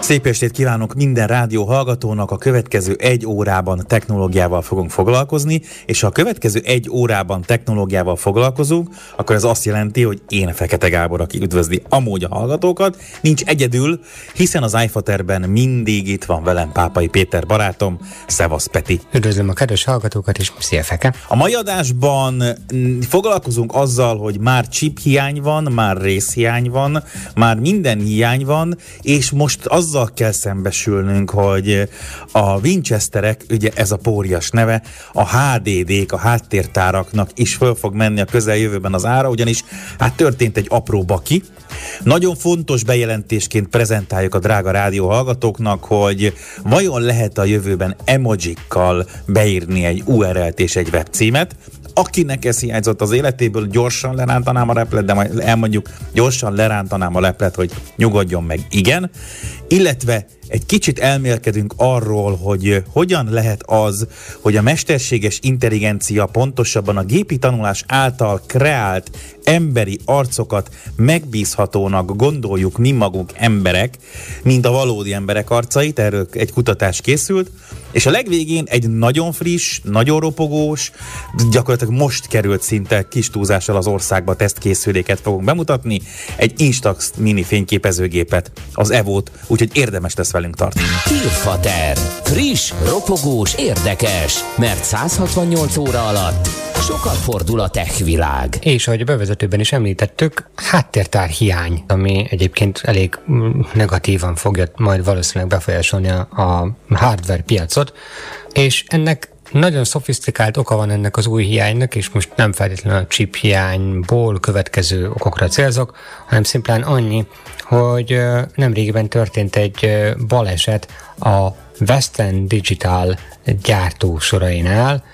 Szép estét kívánok minden rádió hallgatónak, a következő 1 órában technológiával fogunk foglalkozni, és ha a következő 1 órában technológiával foglalkozunk, akkor ez azt jelenti, hogy én Fekete Gábor, aki üdvözli amúgy a hallgatókat, nincs egyedül, hiszen az iFaterben mindig itt van velem Pápai Péter barátom. Szevasz, Peti! Üdvözlöm a kedves hallgatókat, és szia, Feke! A mai adásban foglalkozunk azzal, hogy már chip hiány van, már részhiány van, már minden hiány van, és most azzal kell szembesülnünk, hogy a Winchesterek, ugye ez a pórias neve, a HDD-k, a háttértáraknak is föl fog menni a közeljövőben az ára, ugyanis hát történt egy apró baki. Nagyon fontos bejelentésként prezentáljuk a drága rádió hallgatóknak, hogy vajon lehet a jövőben emojikkal beírni egy URL-t és egy webcímet. Akinek ez hiányzott az életéből, gyorsan lerántanám a leplet, de majd elmondjuk, gyorsan lerántanám a leplet, hogy nyugodjon meg, igen. Illetve egy kicsit elmélkedünk arról, hogy hogyan lehet az, hogy a mesterséges intelligencia, pontosabban a gépi tanulás által kreált emberi arcokat megbízhatónak gondoljuk mi magunk emberek, mint a valódi emberek arcait. Erről egy kutatás készült, és a legvégén egy nagyon friss, nagyon ropogós, gyakorlatilag most került szinte kis túlzással az országba tesztkészüléket fogunk bemutatni, egy Instax mini fényképezőgépet, az Evo-t, úgyhogy érdemes lesz velünk tartani. iFater. Friss, ropogós, érdekes, mert 168 óra alatt sokat fordul a tech világ. És ahogy a bevezetőben is említettük, háttértár hiány, ami egyébként elég negatívan fogja majd valószínűleg befolyásolni a hardware piacot, és ennek nagyon szofisztikált oka van ennek az új hiánynak, és most nem feltétlenül a chip hiányból következő okokra célzok, hanem szimplán annyi, hogy nemrégiben történt egy baleset a Western Digital gyártósorainál.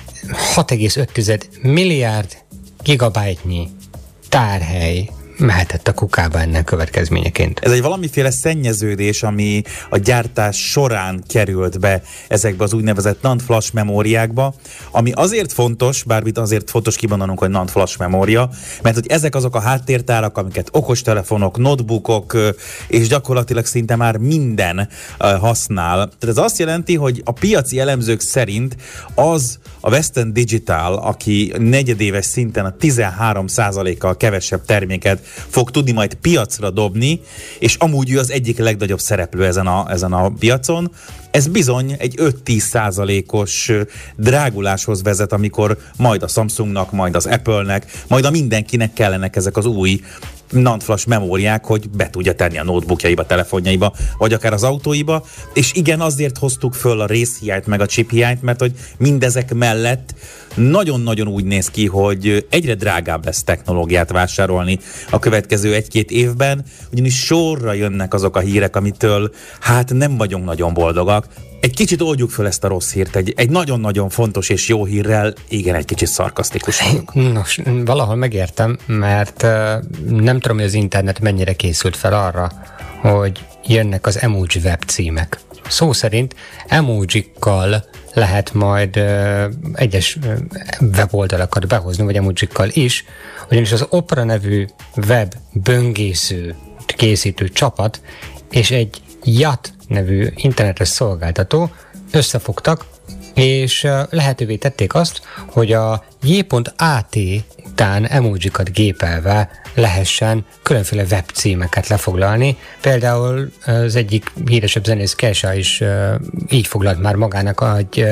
6,5 milliárd gigabyte-nyi tárhely mehetett a kukába ennek következményeként. Ez egy valamiféle szennyeződés, ami a gyártás során került be ezekbe az úgynevezett NAND flash memóriákba, ami azért fontos, bármit azért fontos kimondanunk, hogy NAND flash memória, mert hogy ezek azok a háttértárak, amiket okostelefonok, notebookok és gyakorlatilag szinte már minden használ. Tehát ez azt jelenti, hogy a piaci elemzők szerint az a Western Digital, aki negyedéves szinten a 13%-kal kevesebb terméket fog tudni majd piacra dobni, és amúgy ő az egyik legnagyobb szereplő ezen a piacon. Ez bizony egy 5-10%-os dráguláshoz vezet, amikor majd a Samsungnak, majd az Apple-nek, majd a mindenkinek kellenek ezek az új NAND flash memóriák, hogy be tudja tenni a notebookjaiba, telefonjaiba, vagy akár az autóiba, és igen, azért hoztuk föl a részhiányt, meg a chip hiányt, mert hogy mindezek mellett nagyon-nagyon úgy néz ki, hogy egyre drágább lesz technológiát vásárolni a következő 1-2 évben, ugyanis sorra jönnek azok a hírek, amitől hát nem vagyunk nagyon boldogak. Egy kicsit oldjuk föl ezt a rossz hírt, egy nagyon-nagyon fontos és jó hírrel, igen, egy kicsit szarkasztikus vagyok. Nos, valahol megértem, mert nem tudom, hogy az internet mennyire készült fel arra, hogy jönnek az emoji webcímek. Szó szerint emojikkal lehet majd egyes weboldalakat behozni, vagy emojikkal is, ugyanis az Opera nevű web böngésző készítő csapat és egy Yacht nevű internetes szolgáltató összefogtak, és lehetővé tették azt, hogy a J.AT után emojikat gépelve lehessen különféle webcímeket lefoglalni. Például az egyik híresebb zenész Kesha is így foglalt már magának, hogy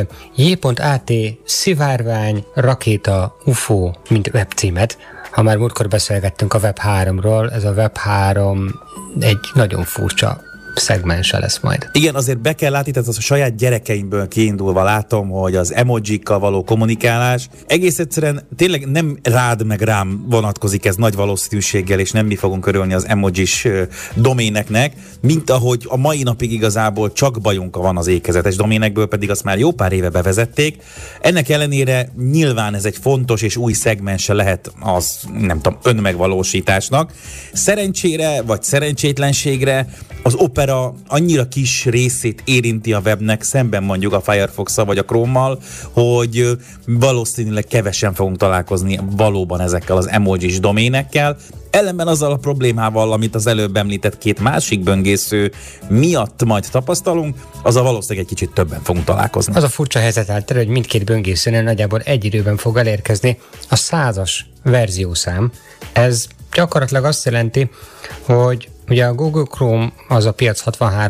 J.AT szivárvány, rakéta, UFO, mint webcímet. Ha már múltkor beszélgettünk a Web3-ról, ez a Web3 egy nagyon furcsa szegmense lesz majd. Igen, azért be kell látni, tehát az a saját gyerekeimből kiindulva látom, hogy az emojikkal való kommunikálás egész egyszerűen tényleg nem rád meg rám vonatkozik ez nagy valószínűséggel, és nem mi fogunk örülni az emojis doméneknek, mint ahogy a mai napig igazából csak bajunk van az ékezetes doménekből, pedig azt már jó pár éve bevezették. Ennek ellenére nyilván ez egy fontos és új szegmense lehet az, nem tudom, önmegvalósításnak. Szerencsére vagy szerencsétlenségre az Opera bár annyira kis részét érinti a webnek szemben mondjuk a Firefox-szal vagy a Chrome-mal, hogy valószínűleg kevesen fogunk találkozni valóban ezekkel az emojis doménekkel. Ellenben azzal a problémával, amit az előbb említett két másik böngésző miatt majd tapasztalunk, azzal valószínűleg egy kicsit többen fogunk találkozni. Az a furcsa helyzet által, hogy mindkét böngészőnél nagyjából egy időben fog elérkezni a 100-as verziószám. Ez gyakorlatilag azt jelenti, hogy ugye a Google Chrome az a piac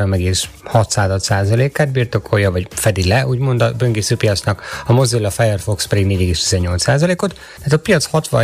63,6%-át birtokolja, vagy fedi le, úgymond a böngészőpiacnak, a Mozilla Firefox pedig 4,18%-ot, tehát a piac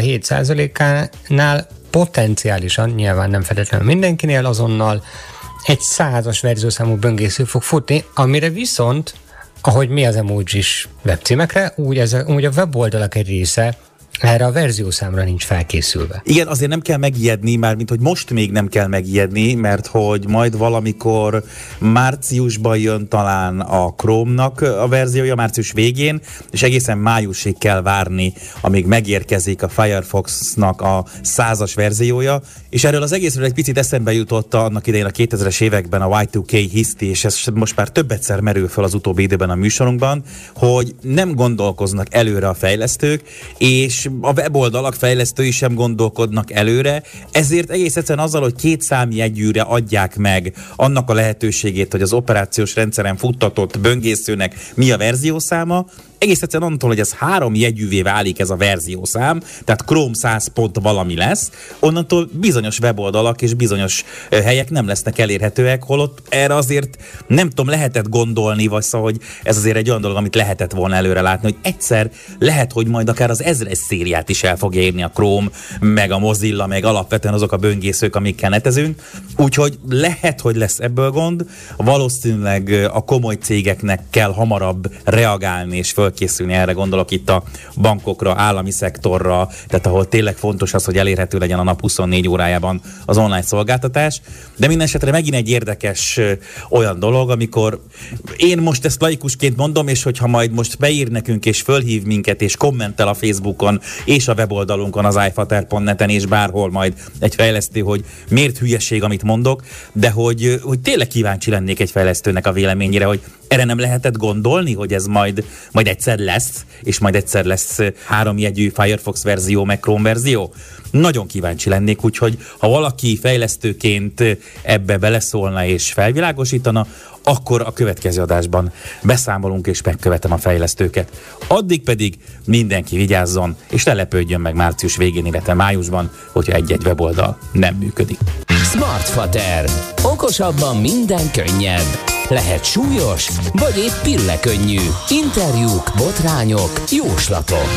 67%-ánál potenciálisan, nyilván nem feltétlenül mindenkinél, azonnal egy 100-as verziószámú böngésző fog futni, amire viszont, ahogy mi az emojis webcímekre, úgy a weboldalak egy része erre a verziószámra nincs felkészülve. Igen, azért nem kell megijedni, mármint hogy most még nem kell megijedni, mert hogy majd valamikor márciusban jön talán a Chrome-nak a verziója, március végén, és egészen májusig kell várni, amíg megérkezik a Firefox-nak a 100-as verziója, és erről az egészről egy picit eszembe jutott annak idején a 2000-es években a Y2K hiszti, és ez most már több egyszer merül fel az utóbbi időben a műsorunkban, hogy nem gondolkoznak előre a fejlesztők, és a weboldalak fejlesztői sem gondolkodnak előre, ezért egész egyszerűen azzal, hogy két számjegyűre adják meg annak a lehetőségét, hogy az operációs rendszeren futtatott böngészőnek mi a verziószáma, egész egyszerűen onnantól, hogy ez 3 jegyűvé válik ez a verziószám, tehát Chrome 100 pont valami lesz, onnantól bizonyos weboldalak és bizonyos helyek nem lesznek elérhetőek, holott erre azért nem tudom, lehetett gondolni, vagy szóval, hogy ez azért egy olyan dolog, amit lehetett volna előre látni, hogy egyszer lehet, hogy majd akár az 1000-es szériát is el fogja érni a Chrome, meg a Mozilla, meg alapvetően azok a böngészők, amikkel netezünk, úgyhogy lehet, hogy lesz ebből gond, valószínűleg a komoly cégeknek kell hamarabb reagálni és fölkészülni, erre gondolok itt a bankokra, állami szektorra, tehát ahol tényleg fontos az, hogy elérhető legyen a nap 24 órájában az online szolgáltatás, de minden esetre megint egy érdekes olyan dolog, amikor én most ezt laikusként mondom, és hogyha majd most beír nekünk, és fölhív minket, és kommentel a Facebookon, és a weboldalunkon, az iFater.net-en, és bárhol majd egy fejlesztő, hogy miért hülyeség, amit mondok, de hogy tényleg kíváncsi lennék egy fejlesztőnek a véleményére, hogy erre nem lehetett gondolni, hogy ez majd egyszer lesz, és majd egyszer lesz 3 jegyű Firefox verzió, meg Chrome verzió? Nagyon kíváncsi lennék, úgyhogy ha valaki fejlesztőként ebbe beleszólna és felvilágosítana, akkor a következő adásban beszámolunk és megkövetem a fejlesztőket. Addig pedig mindenki vigyázzon, és ne lepődjön meg március végén, illetve májusban, hogyha egy-egy weboldal nem működik. Smartfater. Okosabban minden könnyebb. Lehet súlyos, vagy épp pillekönnyű. Interjúk, botrányok, jóslatok.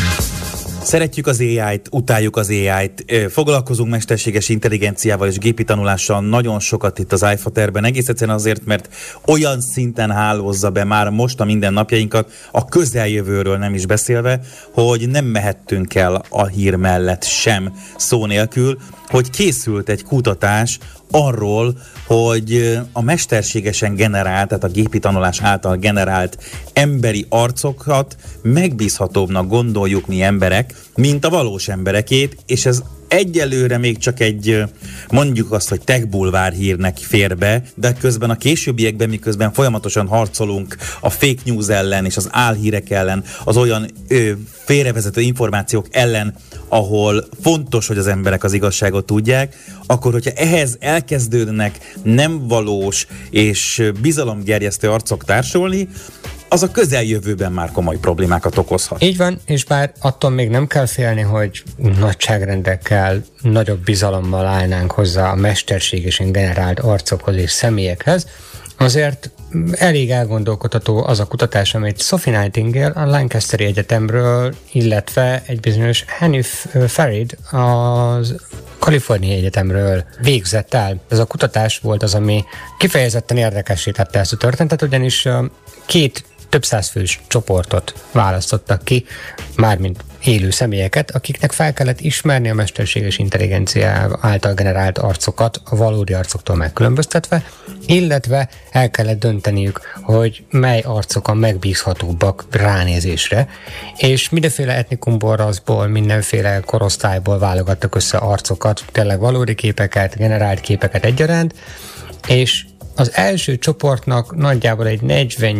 Szeretjük az AI-t, utáljuk az AI-t, foglalkozunk mesterséges intelligenciával és gépi tanulással nagyon sokat itt az iFaterben, egész egyszerűen azért, mert olyan szinten hálózza be már most a mindennapjainkat, a közeljövőről nem is beszélve, hogy nem mehettünk el a hír mellett sem szó nélkül, hogy készült egy kutatás arról, hogy a mesterségesen generált, tehát a gépi tanulás által generált emberi arcokat megbízhatóbbnak gondoljuk mi emberek, mint a valós emberekét, és ez egyelőre még csak egy, mondjuk azt, hogy tech bulvár hírnek fér be, de közben a későbbiekben, miközben folyamatosan harcolunk a fake news ellen és az álhírek ellen, az olyan félrevezető információk ellen, ahol fontos, hogy az emberek az igazságot tudják, akkor hogyha ehhez elkezdődnek nem valós és bizalomgerjesztő arcok társulni, az a közeljövőben már komoly problémákat okozhat. Így van, és bár attól még nem kell félni, hogy nagyságrendekkel, nagyobb bizalommal állnánk hozzá a mesterségesen generált arcokhoz és személyekhez, azért elég elgondolkodható az a kutatás, amit Sophie Nightingale a Lancasteri Egyetemről, illetve egy bizonyos Hanif Farid az Kaliforniai Egyetemről végzett el. Ez a kutatás volt az, ami kifejezetten érdekessé tette ezt a történetet, ugyanis két több száz fős csoportot választottak ki, mármint élő személyeket, akiknek fel kellett ismerni a mesterséges intelligencia által generált arcokat a valódi arcoktól megkülönböztetve, illetve el kellett dönteniük, hogy mely arcok a megbízhatóbbak ránézésre, és mindenféle etnikumból, rasszból, mindenféle korosztályból válogattak össze arcokat, tényleg valódi képeket, generált képeket egyaránt, és az első csoportnak nagyjából egy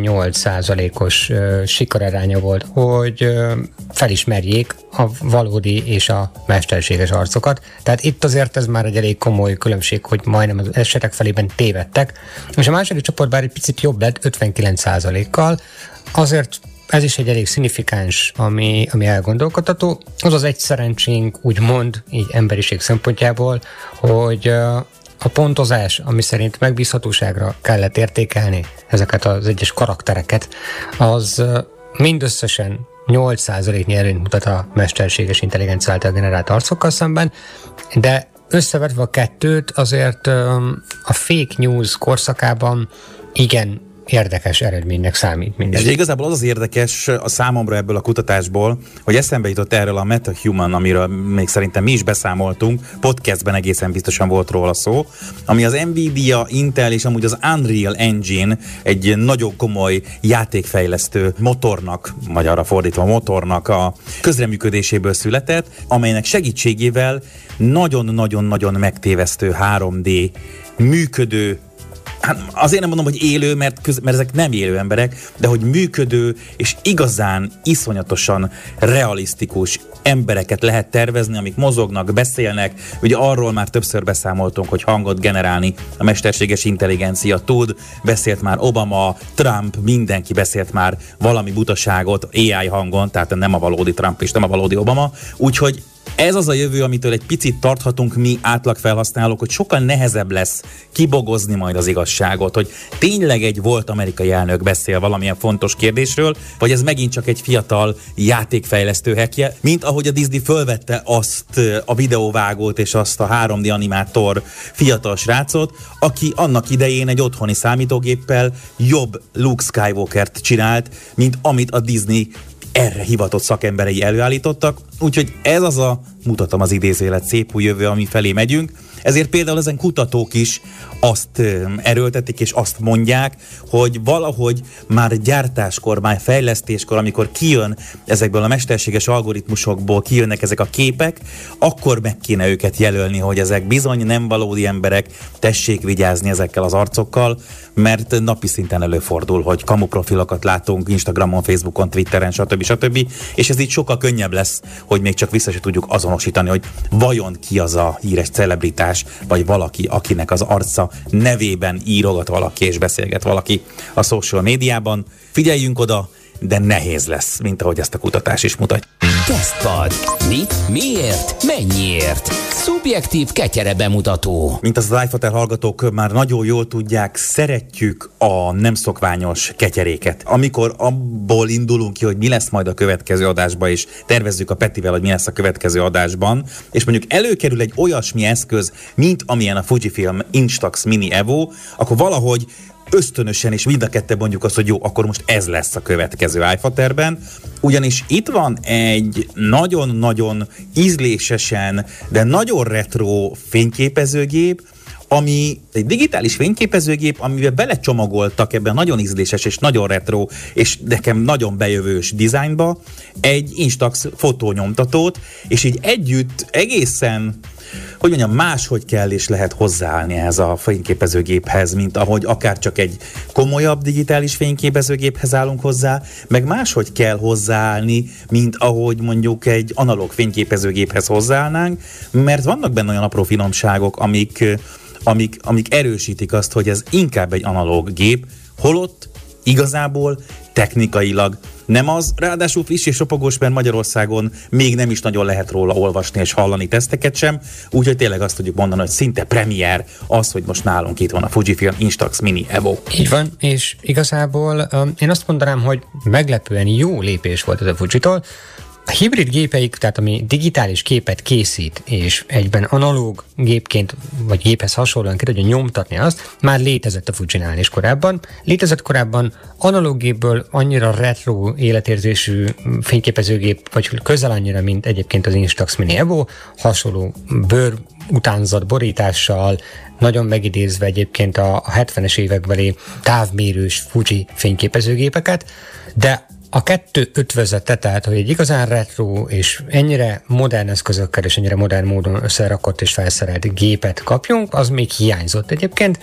48%-os sikereránya volt, hogy felismerjék a valódi és a mesterséges arcokat. Tehát itt azért ez már egy elég komoly különbség, hogy majdnem az esetek felében tévedtek. És a második csoport bár egy picit jobb lett, 59%-kal, azért ez is egy elég szignifikáns, ami elgondolkodható. Az egy szerencsénk, úgymond, így emberiség szempontjából, hogy a pontozás, ami szerint megbízhatóságra kellett értékelni ezeket az egyes karaktereket, az mindösszesen 8%-nyi előnyt mutat a mesterséges intelligencia által generált arcokkal szemben, de összevetve a kettőt azért a fake news korszakában igen érdekes eredménynek számít mindig. És igazából az érdekes a számomra ebből a kutatásból, hogy eszembe jutott erről a MetaHuman, amiről még szerintem mi is beszámoltunk, podcastben egészen biztosan volt róla szó, ami az Nvidia, Intel és amúgy az Unreal Engine egy nagyon komoly játékfejlesztő motornak, magyarra fordítva motornak a közreműködéséből született, amelynek segítségével nagyon-nagyon-nagyon megtévesztő 3D működő, hát azért nem mondom, hogy élő, mert ezek nem élő emberek, de hogy működő és igazán iszonyatosan realisztikus embereket lehet tervezni, amik mozognak, beszélnek. Ugye arról már többször beszámoltunk, hogy hangot generálni a mesterséges intelligencia tud. Beszélt már Obama, Trump, mindenki beszélt már valami butaságot AI hangon, tehát nem a valódi Trump és nem a valódi Obama. Úgyhogy ez az a jövő, amitől egy picit tarthatunk mi átlagfelhasználók, hogy sokkal nehezebb lesz kibogozni majd az igazságot, hogy tényleg egy volt amerikai elnök beszél valamilyen fontos kérdésről, vagy ez megint csak egy fiatal játékfejlesztő hackje, mint ahogy a Disney fölvette azt a videóvágót és azt a 3D animátor fiatal srácot, aki annak idején egy otthoni számítógéppel jobb Luke Skywalkert csinált, mint amit a Disney erre hivatott szakemberei előállítottak, úgyhogy ez az a, mutatom az idézőjelet, szép új jövő, ami felé megyünk. Ezért például ezen kutatók is azt erőltetik és azt mondják, hogy valahogy már gyártáskor, már fejlesztéskor, amikor kijön ezekből a mesterséges algoritmusokból, kijönnek ezek a képek, akkor meg kéne őket jelölni, hogy ezek bizony nem valódi emberek, tessék vigyázni ezekkel az arcokkal, mert napi szinten előfordul, hogy kamuprofilokat látunk Instagramon, Facebookon, Twitteren, stb. És ez így sokkal könnyebb lesz, hogy még csak vissza se tudjuk azonosítani, hogy vajon ki az a híres celebritás, vagy valaki, akinek az arca nevében írogat valaki és beszélget valaki a social médiában. Figyeljünk oda, de nehéz lesz, mint ahogy ezt a kutatás is mutatja. Tesztpad. Mit? Miért? Mennyiért? Szubjektív ketyere bemutató. Mint az iFater hallgatók már nagyon jól tudják, szeretjük a nem szokványos ketyeréket. Amikor abból indulunk ki, hogy mi lesz majd a következő adásban, és tervezzük a Petivel, hogy mi lesz a következő adásban, és mondjuk előkerül egy olyasmi eszköz, mint amilyen a Fujifilm Instax Mini Evo, akkor valahogy ösztönösen, és mind a ketten mondjuk azt, hogy jó, akkor most ez lesz a következő iFaterben, ugyanis itt van egy nagyon-nagyon ízlésesen, de nagyon retro fényképezőgép, ami egy digitális fényképezőgép, amivel belecsomagoltak ebben nagyon ízléses és nagyon retro, és nekem nagyon bejövős dizájnba egy Instax fotónyomtatót, és így együtt egészen, hogy mondjam, máshogy kell és lehet hozzáállni ehhez a fényképezőgéphez, mint ahogy akár csak egy komolyabb digitális fényképezőgéphez állunk hozzá, meg máshogy kell hozzáállni, mint ahogy mondjuk egy analóg fényképezőgéphez hozzáállnánk, mert vannak benne olyan apró finomságok, amik erősítik azt, hogy ez inkább egy analóg gép, holott igazából technikailag nem az, ráadásul friss és ropogós, mert Magyarországon még nem is nagyon lehet róla olvasni és hallani teszteket sem, úgyhogy tényleg azt tudjuk mondani, hogy szinte premier az, hogy most nálunk itt van a Fujifilm Instax Mini Evo. Így van, és igazából én azt mondanám, hogy meglepően jó lépés volt ez a Fujitól. A hibrid gépeik, tehát ami digitális képet készít, és egyben analóg gépként, vagy géphez hasonlóan ki tudja nyomtatni azt, már létezett a Fujinál is korábban. Létezett korábban analóg gépből annyira retro életérzésű fényképezőgép, vagy közel annyira, mint egyébként az Instax Mini Evo, hasonló bőr utánzat borítással, nagyon megidézve egyébként a 70-es évekbeli távmérős Fuji fényképezőgépeket, de a kettő ötvözete, tehát hogy egy igazán retro és ennyire modern eszközökkel és ennyire modern módon összerakott és felszerelt gépet kapjunk, az még hiányzott egyébként,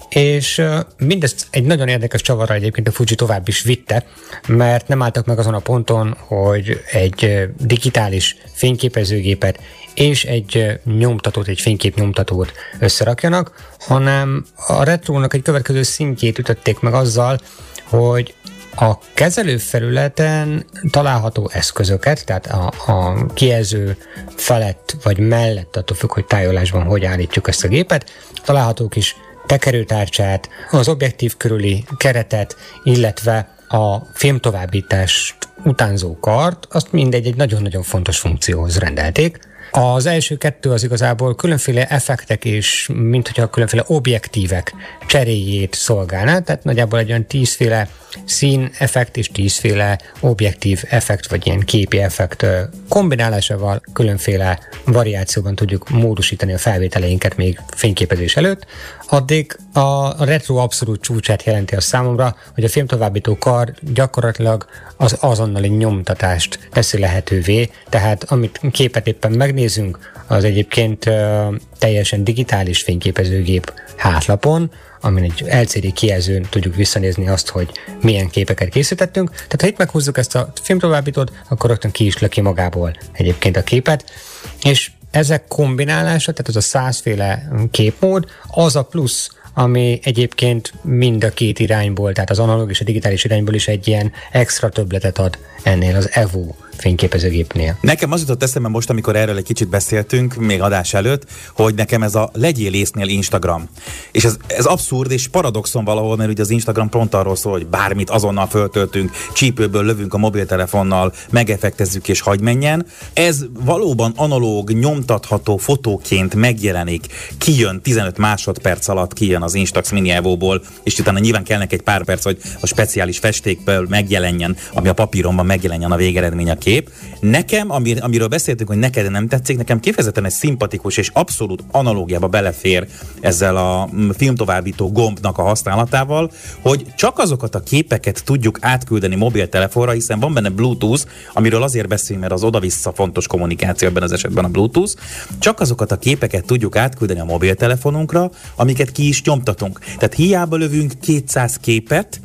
és mindezt egy nagyon érdekes csavarral egyébként a Fuji tovább is vitte, mert nem álltak meg azon a ponton, hogy egy digitális fényképezőgépet és egy nyomtatót, egy fényképnyomtatót összerakjanak, hanem a retrónak egy következő szintjét ütötték meg azzal, hogy a kezelőfelületen található eszközöket, tehát a kijelző felett vagy mellett, attól függ, hogy tájolásban hogy állítjuk ezt a gépet, található kis tekerőtárcsát, az objektív körüli keretet, illetve a filmtovábbítást utánzó kart, azt mindegy egy nagyon-nagyon fontos funkcióhoz rendelték. Az első kettő az igazából különféle effektek és mint hogyha különféle objektívek cseréjét szolgálná, tehát nagyjából egy olyan 10 féle szín effekt és 10 féle objektív effekt, vagy ilyen képi effekt kombinálásával különféle variációban tudjuk módosítani a felvételeinket még fényképezés előtt. Addig a retro abszolút csúcsát jelenti a számomra, hogy a filmtovábbító kar gyakorlatilag az azonnali nyomtatást teszi lehetővé, tehát amit képet éppen megnézünk, az egyébként teljesen digitális fényképezőgép hátlapon, amin egy LCD kijelzőn tudjuk visszanézni azt, hogy milyen képeket készítettünk. Tehát ha itt meghúzzuk ezt a filmtovábbítót, akkor rögtön ki is löki magából egyébként a képet, és ezek kombinálása, tehát az a 100 féle képmód, az a plusz, ami egyébként mind a két irányból, tehát az analóg és a digitális irányból is egy ilyen extra többletet ad ennél az Evo fényképezőgépnél. Nekem az jutott eszembe most, amikor erről egy kicsit beszéltünk, még adás előtt, hogy nekem ez a legyél észnél Instagram. És ez abszurd és paradoxon valahol, mert ugye az Instagram pont arról szól, hogy bármit azonnal föltöltünk, csípőből lövünk a mobiltelefonnal, megeffektezzük és hagy menjen. Ez valóban analóg, nyomtatható fotóként megjelenik, kijön 15 másodperc alatt kijön az Instax Mini Evo-ból, és utána nyilván kellnek egy pár perc, hogy a speciális festékből megjelenjen, ami a papíromban megjelenjen a végeredmény a kép. Nekem, amiről beszéltünk, hogy neked nem tetszik, nekem kifejezetten egy szimpatikus és abszolút analógiába belefér ezzel a filmtovábbító gombnak a használatával, hogy csak azokat a képeket tudjuk átküldeni mobiltelefonra, hiszen van benne Bluetooth, amiről azért beszélünk, mert az oda-vissza fontos kommunikáció ebben az esetben a Bluetooth, csak azokat a képeket tudjuk átküldeni a mobiltelefonunkra, amiket ki is nyomtatunk. Tehát hiába lövünk 200 képet,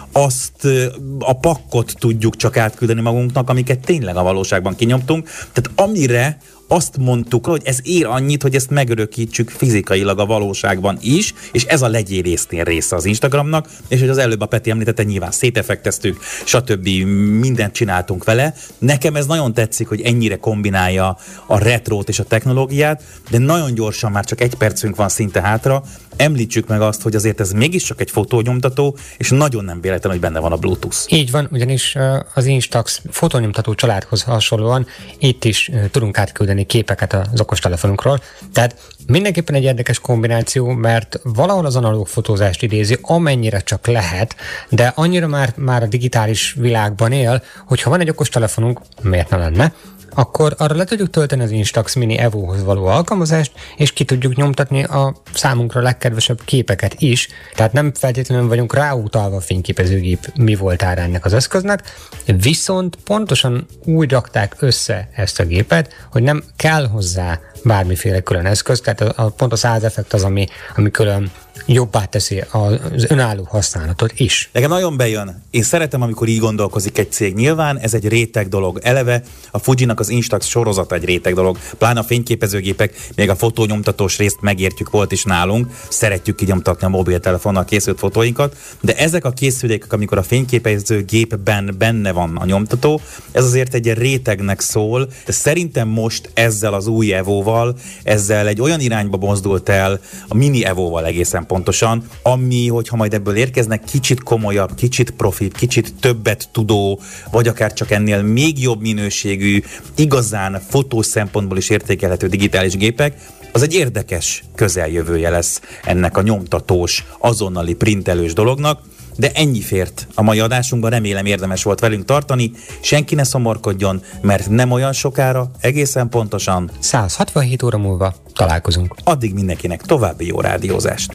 azt a pakkot tudjuk csak átküldeni magunknak, amiket tényleg a valóságban kinyomtunk. Tehát amire azt mondtuk, hogy ez ér annyit, hogy ezt megörökítsük fizikailag a valóságban is, és ez a legyél észnél része az Instagramnak, és hogy az előbb a Peti említette, nyilván széteffekteztük, stb. Mindent csináltunk vele. Nekem ez nagyon tetszik, hogy ennyire kombinálja a retrót és a technológiát, de nagyon gyorsan, már csak egy percünk van szinte hátra, említsük meg azt, hogy azért ez mégiscsak egy fotónyomtató, és nagyon nem véletlen, hogy benne van a Bluetooth. Így van, ugyanis az Instax fotónyomtató családhoz hasonlóan itt is tudunk átküldeni képeket az okostelefonunkról. Tehát mindenképpen egy érdekes kombináció, mert valahol az analóg fotózást idézi, amennyire csak lehet, de annyira már a digitális világban él, hogyha van egy okostelefonunk, miért ne lenne, akkor arra le tudjuk tölteni az Instax Mini Evo-hoz való alkalmazást, és ki tudjuk nyomtatni a számunkra legkedvesebb képeket is, tehát nem feltétlenül vagyunk ráutalva a fényképezőgép mi voltára ennek az eszköznek, viszont pontosan úgy rakták össze ezt a gépet, hogy nem kell hozzá bármiféle külön eszköz, tehát pont a 100 effekt az, ami külön jobbá teszi az önálló használatot is. Nekem nagyon bejön. Én szeretem, amikor így gondolkozik egy cég. Nyilván ez egy réteg dolog. Eleve a Fujinak az Instax sorozata egy réteg dolog. Pláne a fényképezőgépek, még a fotónyomtatós részt megértjük, volt is nálunk. Szeretjük kinyomtatni a mobiltelefonnal készült fotóinkat, de ezek a készülékek, amikor a fényképezőgépben benne van a nyomtató, ez azért egy rétegnek szól, de szerintem most ezzel az új Evo-val, ezzel egy olyan irányba mozdult el, a Mini Evo-val egészen pontosan, ami, hogyha majd ebből érkeznek, kicsit komolyabb, kicsit profibb, kicsit többet tudó, vagy akár csak ennél még jobb minőségű, igazán fotós szempontból is értékelhető digitális gépek, az egy érdekes közeljövője lesz ennek a nyomtatós, azonnali printelős dolognak, de ennyi fért a mai adásunkban, remélem érdemes volt velünk tartani, senki ne szomorkodjon, mert nem olyan sokára, egészen pontosan 167 óra múlva találkozunk. Addig mindenkinek további jó rádiózást!